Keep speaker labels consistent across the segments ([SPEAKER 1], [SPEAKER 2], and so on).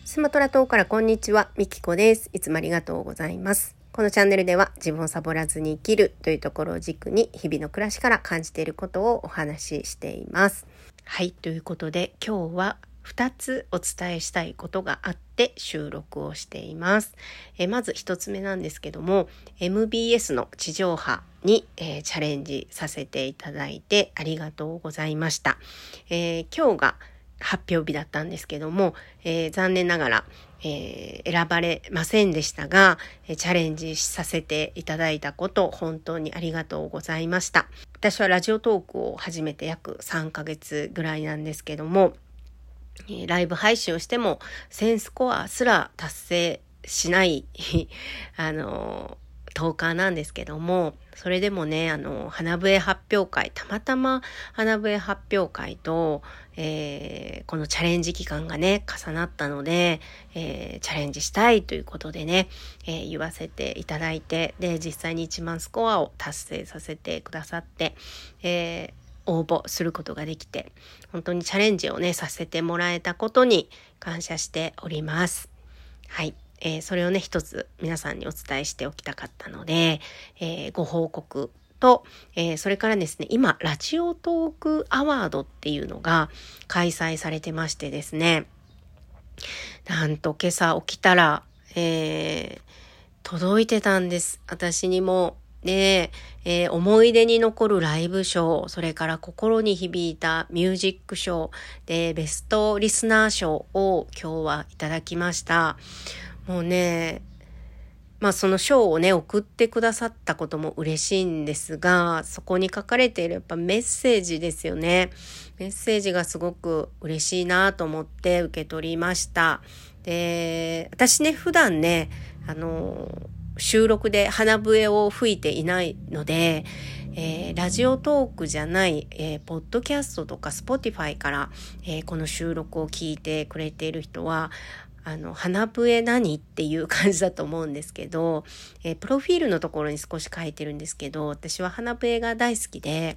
[SPEAKER 1] スマトラ島からこんにちは、みきこです。いつもありがとうございます。このチャンネルでは自分をサボらずに生きるというところを軸に日々の暮らしから感じていることをお話ししています。はい、ということで今日は2つお伝えしたいことがあって収録をしています。まず1つ目なんですけども、MBS の地上波に、チャレンジさせていただいてありがとうございました。今日が発表日だったんですけども、残念ながら、選ばれませんでしたが、チャレンジさせていただいたこと本当にありがとうございました。私はラジオトークを始めて約3ヶ月ぐらいなんですけども、ライブ配信をしても1000スコアすら達成しないトーカーなんですけども、それでもね、花笛発表会、たまたま花笛発表会と、このチャレンジ期間がね、重なったので、チャレンジしたいということでね、言わせていただいて、で、実際に1万スコアを達成させてくださって、応募することができて、本当にチャレンジをね、させてもらえたことに感謝しております。はい。それをね、一つ皆さんにお伝えしておきたかったので、ご報告と、それからですね、今、ラジオトークアワードっていうのが開催されてましてですね、なんと今朝起きたら、届いてたんです。私にも。で、思い出に残るライブ賞、それから心に響いたミュージック賞でベストリスナー賞を今日はいただきました。もうね、その賞をね送ってくださったことも嬉しいんですが、そこに書かれているやっぱメッセージですよね。メッセージがすごく嬉しいなと思って受け取りました。で、私ね普段ね収録で鼻笛を吹いていないので、ラジオトークじゃない、ポッドキャストとかスポティファイから、この収録を聞いてくれている人は鼻笛何っていう感じだと思うんですけど、プロフィールのところに少し書いてるんですけど、私は鼻笛が大好きで、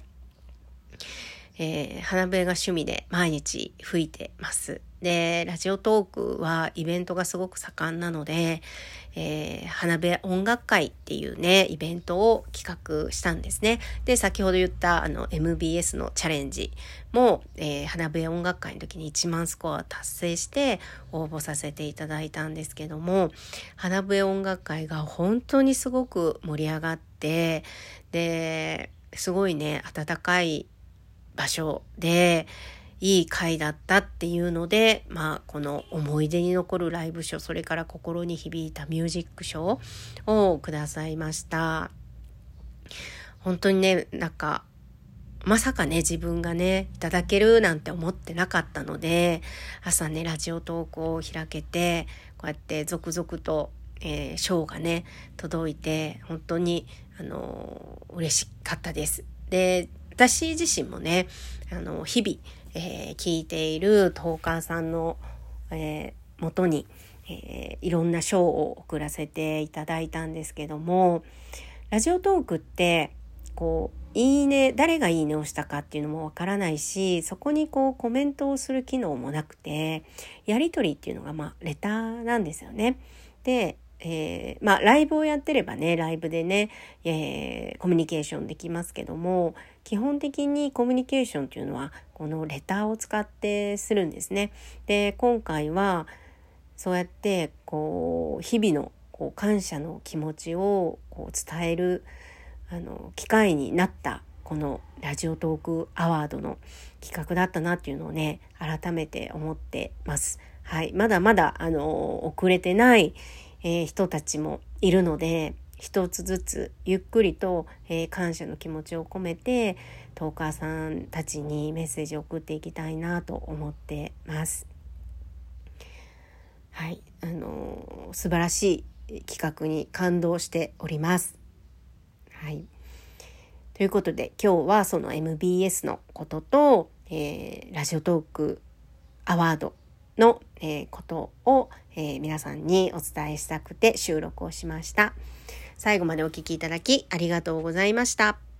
[SPEAKER 1] 鼻笛が趣味で毎日吹いてます。で、ラジオトークはイベントがすごく盛んなので、花笛音楽会っていうね、イベントを企画したんですね。で、先ほど言ったMBS のチャレンジも、花笛音楽会の時に1万スコア達成して応募させていただいたんですけども、花笛音楽会が本当にすごく盛り上がって、で、すごいね、温かい場所でいい会だったっていうので、この思い出に残るライブショー、それから心に響いたミュージックショーをくださいました。本当にね、まさかね、自分がね、いただけるなんて思ってなかったので、朝ね、ラジオトークを開けて、こうやって続々と、賞がね、届いて、本当に、嬉しかったです。で、私自身もね、日々、聞いているトーカーさんの、元に、いろんな賞を送らせていただいたんですけども、ラジオトークっていいね、誰がいいねをしたかっていうのもわからないし、そこにコメントをする機能もなくて、やり取りっていうのがレターなんですよね。で、ライブをやってればね、ライブでね、コミュニケーションできますけども、基本的にコミュニケーションっていうのはこのレターを使ってするんですね。で、今回はそうやって日々の感謝の気持ちを伝える機会になったこのラジオトークアワードの企画だったなっていうのをね、改めて思ってます。はい、まだまだ遅れてない人たちもいるので、一つずつゆっくりと、感謝の気持ちを込めてトーカーさんたちにメッセージを送っていきたいなと思ってます。はい、素晴らしい企画に感動しております。はい、ということで今日はその MBS のことと、ラジオトークアワードの、ことを、皆さんにお伝えしたくて収録をしました。最後までお聞きいただきありがとうございました。